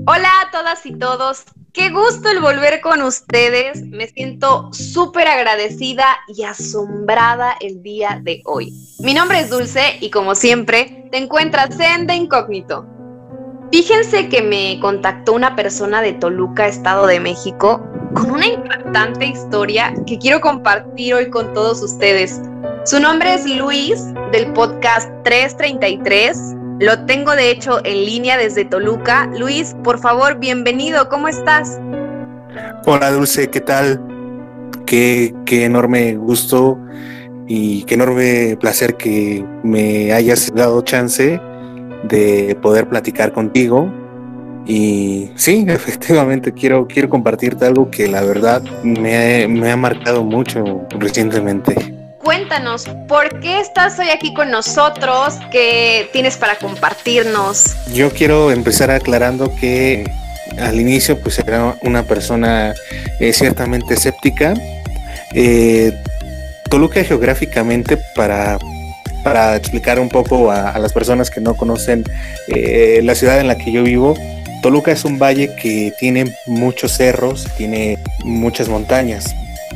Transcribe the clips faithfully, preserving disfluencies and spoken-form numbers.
Hola a todas y todos, qué gusto el volver con ustedes, me siento súper agradecida y asombrada el día de hoy. Mi nombre es Dulce y como siempre, te encuentras en De Incógnito. Fíjense que me contactó una persona de Toluca, Estado de México, con una impactante historia que quiero compartir hoy con todos ustedes. Su nombre es Luis, del podcast trescientos treinta y tres. Lo tengo de hecho en línea desde Toluca. Luis, por favor, bienvenido, ¿cómo estás? Hola Dulce, ¿qué tal? Qué, qué enorme gusto y qué enorme placer que me hayas dado chance de poder platicar contigo. Y sí, efectivamente quiero, quiero compartirte algo que la verdad me, me ha marcado mucho recientemente. Cuéntanos, ¿por qué estás hoy aquí con nosotros? ¿Qué tienes para compartirnos? Yo quiero empezar aclarando que al inicio pues era una persona eh, ciertamente escéptica. Eh, Toluca geográficamente, para, para explicar un poco a, a las personas que no conocen eh, la ciudad en la que yo vivo, Toluca es un valle que tiene muchos cerros, tiene muchas montañas.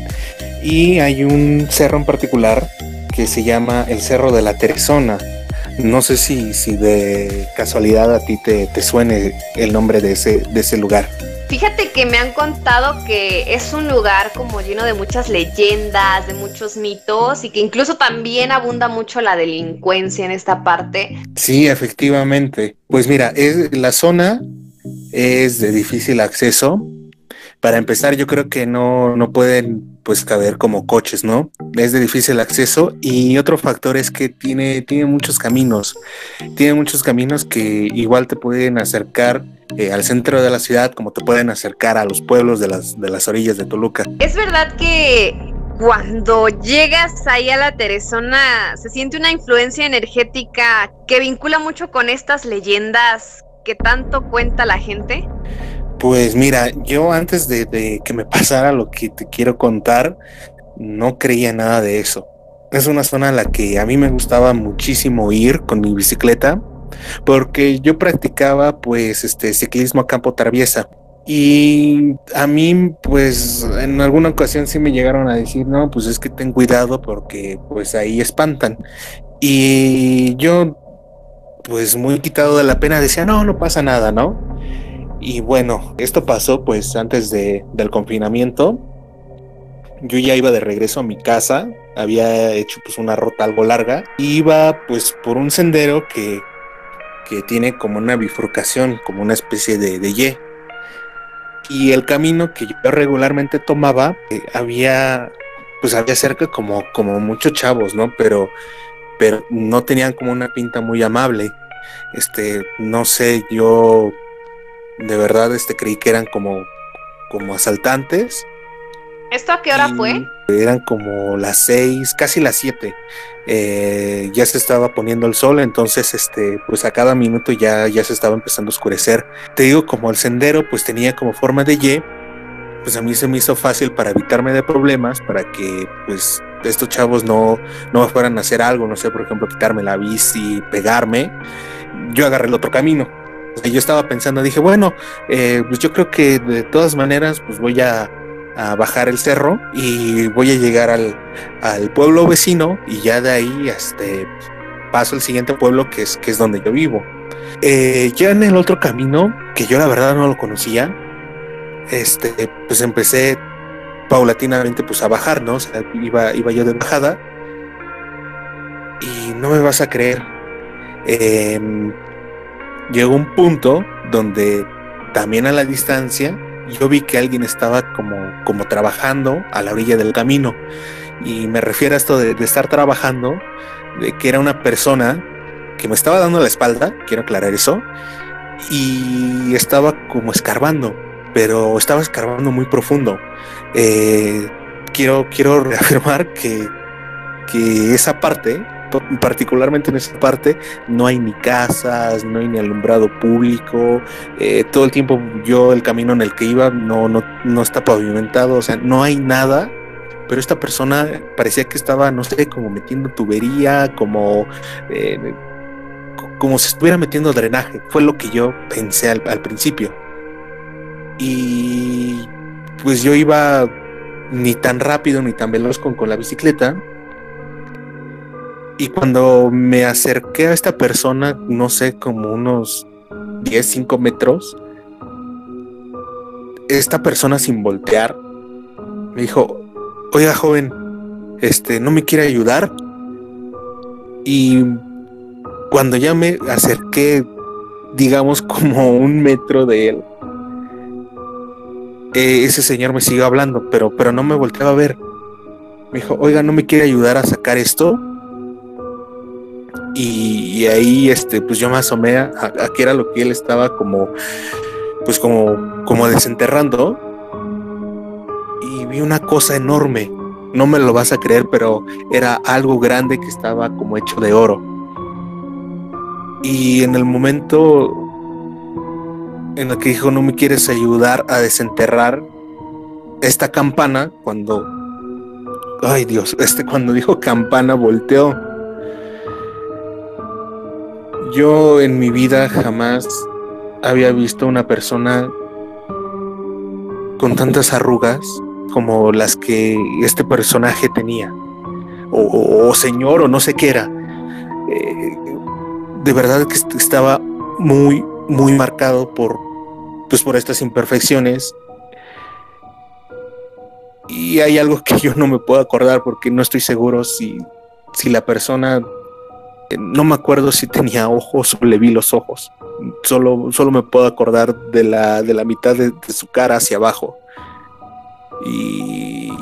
Y hay un cerro en particular que se llama el Cerro de la Teresona. No sé si, si de casualidad a ti te, te suene el nombre de ese, de ese lugar. Fíjate que me han contado que es un lugar como lleno de muchas leyendas, de muchos mitos y que incluso también abunda mucho la delincuencia en esta parte. Sí, efectivamente. Pues mira, es, la zona es de difícil acceso. Para empezar, yo creo que no, no pueden pues caber como coches, ¿no? Es de difícil acceso y otro factor es que tiene, tiene muchos caminos. Tiene muchos caminos que igual te pueden acercar eh, al centro de la ciudad, como te pueden acercar a los pueblos de las, de las orillas de Toluca. Es verdad que cuando llegas ahí a la Teresona se siente una influencia energética que vincula mucho con estas leyendas que tanto cuenta la gente. Pues mira, yo antes de, de que me pasara lo que te quiero contar, no creía nada de eso. Es una zona a la que a mí me gustaba muchísimo ir con mi bicicleta, porque yo practicaba pues este ciclismo a campo traviesa. Y a mí pues en alguna ocasión sí me llegaron a decir, no, pues es que ten cuidado porque pues ahí espantan. Y yo pues muy quitado de la pena decía, no, no pasa nada, ¿no? Y bueno, esto pasó pues antes de, del confinamiento. Yo ya iba de regreso a mi casa, había hecho pues una ruta algo larga. Iba pues por un sendero que, que tiene como una bifurcación, como una especie de, de Y. Y el camino que yo regularmente tomaba, eh, había pues había cerca como, como muchos chavos, ¿no? Pero, pero no tenían como una pinta muy amable. Este, no sé, yo... De verdad, este, creí que eran como, como asaltantes. ¿Esto a qué hora fue? Eran como las seis, casi las siete. Eh, ya se estaba poniendo el sol, entonces, este, pues a cada minuto ya, ya se estaba empezando a oscurecer. Te digo, como el sendero, pues tenía como forma de Y, pues a mí se me hizo fácil para evitarme de problemas, para que, pues, estos chavos no, no me fueran a hacer algo, no sé, por ejemplo, quitarme la bici, pegarme. Yo agarré el otro camino. Yo estaba pensando, dije, bueno, eh, pues yo creo que de todas maneras pues voy a, a bajar el cerro y voy a llegar al, al pueblo vecino y ya de ahí este, paso al siguiente pueblo que es, que es donde yo vivo. Eh, ya en el otro camino, que yo la verdad no lo conocía, este, pues empecé paulatinamente pues a bajar, ¿no? O sea, iba, iba yo de bajada y no me vas a creer. Eh, Llegó un punto donde también a la distancia yo vi que alguien estaba como, como trabajando a la orilla del camino. Y me refiero a esto de, de estar trabajando, de que era una persona que me estaba dando la espalda, quiero aclarar eso, y estaba como escarbando, pero estaba escarbando muy profundo. Eh, quiero, quiero reafirmar que, que esa parte... particularmente en esa parte no hay ni casas, no hay ni alumbrado público, eh, todo el tiempo yo el camino en el que iba no, no, no está pavimentado, o sea, no hay nada, pero esta persona parecía que estaba, no sé, como metiendo tubería, como, eh, como si estuviera metiendo drenaje, fue lo que yo pensé al, al principio. y pues yo iba ni tan rápido ni tan veloz con, con la bicicleta. Y cuando me acerqué a esta persona, no sé, como unos diez, cinco metros, esta persona, sin voltear, me dijo: oiga, joven, este, ¿no me quiere ayudar? Y cuando ya me acerqué, digamos, como un metro de él, eh, ese señor me siguió hablando, pero, pero no me volteaba a ver. Me dijo: oiga, ¿no me quiere ayudar a sacar esto? Y, y ahí, este, pues yo me asomé a, a qué era lo que él estaba como, pues como, como desenterrando, y vi una cosa enorme. No me lo vas a creer, pero era algo grande que estaba como hecho de oro. Y en el momento en el que dijo: no me quieres ayudar a desenterrar esta campana, cuando, ay Dios, este cuando dijo campana, volteó. Yo en mi vida jamás había visto una persona con tantas arrugas como las que este personaje tenía, o, o, o señor, o no sé qué era. Eh, de verdad que estaba muy, muy marcado por, pues, por estas imperfecciones. Y hay algo que yo no me puedo acordar porque no estoy seguro si, si la persona, no me acuerdo si tenía ojos o le vi los ojos. Solo, solo me puedo acordar de la, de la mitad de, de su cara hacia abajo. Y,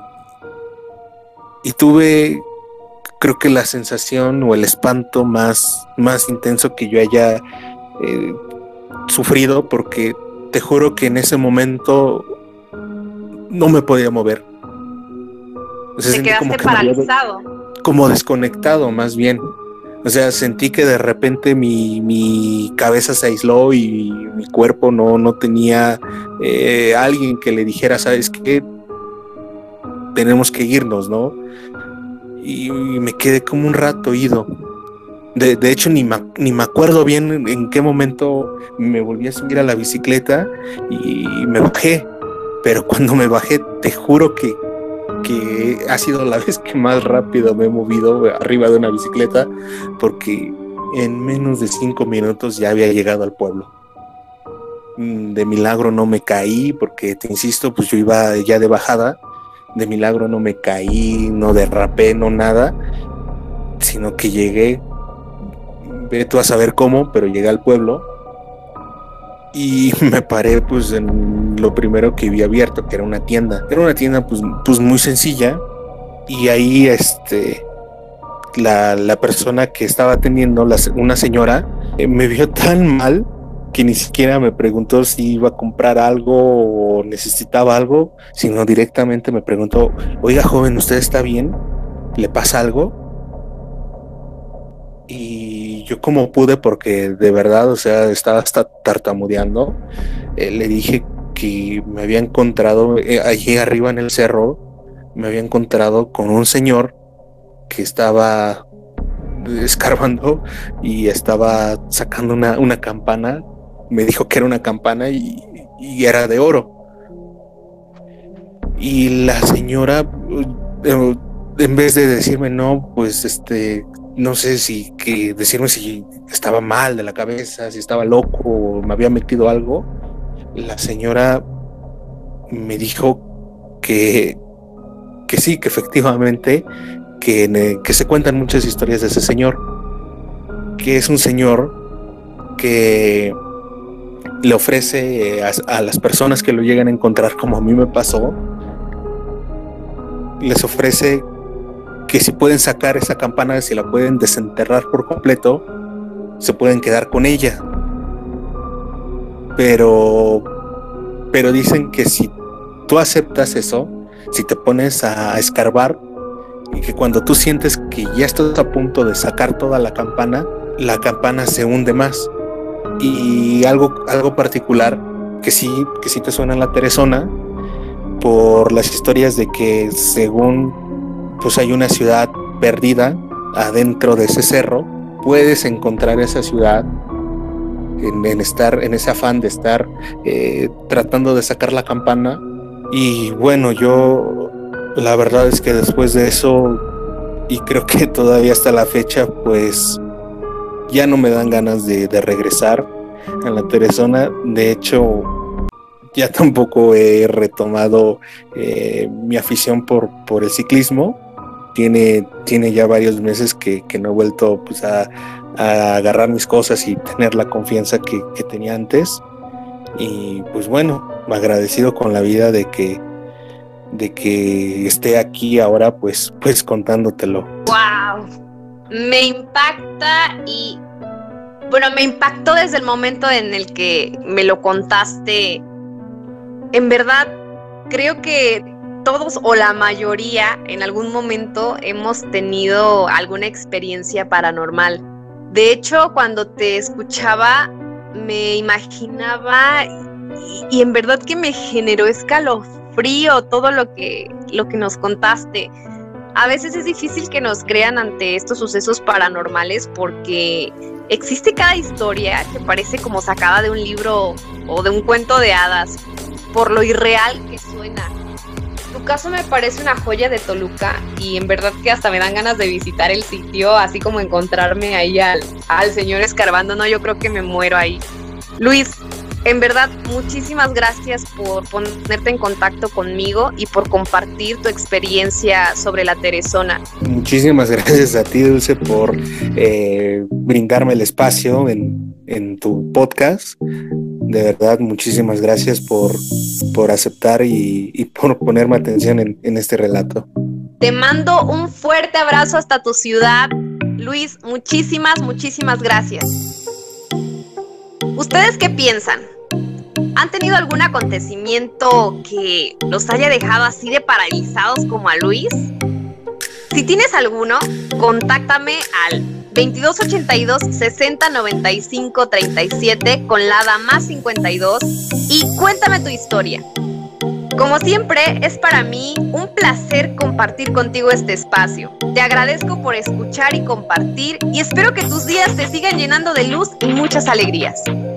y tuve, creo que la sensación o el espanto más, más intenso que yo haya eh, sufrido, porque te juro que en ese momento no me podía mover. O sea, te quedaste como paralizado. Había, como desconectado, más bien. O sea, sentí que de repente mi, mi cabeza se aisló y mi cuerpo no, no tenía eh, alguien que le dijera: ¿sabes qué? Tenemos que irnos, ¿no? Y, y me quedé como un rato ido. De, de hecho, ni, ma, ni me acuerdo bien en, en qué momento me volví a subir a la bicicleta y me bajé. Pero cuando me bajé, te juro que que ha sido la vez que más rápido me he movido arriba de una bicicleta, porque en menos de cinco minutos ya había llegado al pueblo. De milagro no me caí, porque te insisto, pues yo iba ya de bajada. De milagro no me caí, no derrapé, no nada, sino que llegué, ve tú a saber cómo, pero llegué al pueblo y me paré pues en lo primero que vi abierto, que era una tienda. Era una tienda pues, pues muy sencilla, y ahí este la, la persona que estaba atendiendo, la, una señora, eh, me vio tan mal que ni siquiera me preguntó si iba a comprar algo o necesitaba algo, sino directamente me preguntó: oiga, joven, ¿usted está bien? ¿Le pasa algo? Y yo, como pude, porque de verdad, o sea, estaba hasta tartamudeando, eh, le dije que me había encontrado eh, allí arriba en el cerro, me había encontrado con un señor que estaba escarbando y estaba sacando una, una campana. Me dijo que era una campana y, y era de oro. Y la señora, eh, en vez de decirme no, pues este... no sé si que decirme si estaba mal de la cabeza, si estaba loco o me había metido algo, la señora me dijo que, que sí, que efectivamente, que, que se cuentan muchas historias de ese señor, que es un señor que le ofrece a, a las personas que lo llegan a encontrar, como a mí me pasó, les ofrece que si pueden sacar esa campana, si la pueden desenterrar por completo, se pueden quedar con ella. Pero, pero dicen que si tú aceptas eso, si te pones a escarbar, y que cuando tú sientes que ya estás a punto de sacar toda la campana, la campana se hunde más. Y algo, algo particular que sí, que sí te suena en la Teresona, por las historias de que según pues hay una ciudad perdida adentro de ese cerro, puedes encontrar esa ciudad en, en estar, en ese afán de estar eh, tratando de sacar la campana. Y bueno, yo la verdad es que después de eso, y creo que todavía hasta la fecha, pues ya no me dan ganas de, de regresar a la Teresona. De hecho, ya tampoco he retomado eh, mi afición por, por el ciclismo. Tiene, tiene ya varios meses que, que no he vuelto pues, a, a agarrar mis cosas y tener la confianza que, que tenía antes. Y pues bueno, agradecido con la vida de que, de que esté aquí ahora pues, pues contándotelo. ¡Wow! Me impacta y bueno, me impactó desde el momento en el que me lo contaste. En verdad, creo que todos o la mayoría en algún momento hemos tenido alguna experiencia paranormal. De hecho, cuando te escuchaba, me imaginaba y, y en verdad que me generó escalofrío todo lo que, lo que nos contaste. A veces es difícil que nos crean ante estos sucesos paranormales porque existe cada historia que parece como sacada de un libro o de un cuento de hadas, por lo irreal que suena. Tu caso me parece una joya de Toluca y en verdad que hasta me dan ganas de visitar el sitio, así como encontrarme ahí al, al señor escarbando. No, yo creo que me muero ahí. Luis, en verdad, muchísimas gracias por ponerte en contacto conmigo y por compartir tu experiencia sobre la Teresona. Muchísimas gracias a ti, Dulce, por eh, brindarme el espacio en, en tu podcast. De verdad, muchísimas gracias por, por aceptar y, y por ponerme atención en, en este relato. Te mando un fuerte abrazo hasta tu ciudad. Luis, muchísimas, muchísimas gracias. ¿Ustedes qué piensan? ¿Han tenido algún acontecimiento que los haya dejado así de paralizados como a Luis? Si tienes alguno, contáctame al veintidós ochenta y dos, sesenta noventa y cinco treinta y siete con la D A más cincuenta y dos y cuéntame tu historia. Como siempre, es para mí un placer compartir contigo este espacio. Te agradezco por escuchar y compartir y espero que tus días te sigan llenando de luz y muchas alegrías.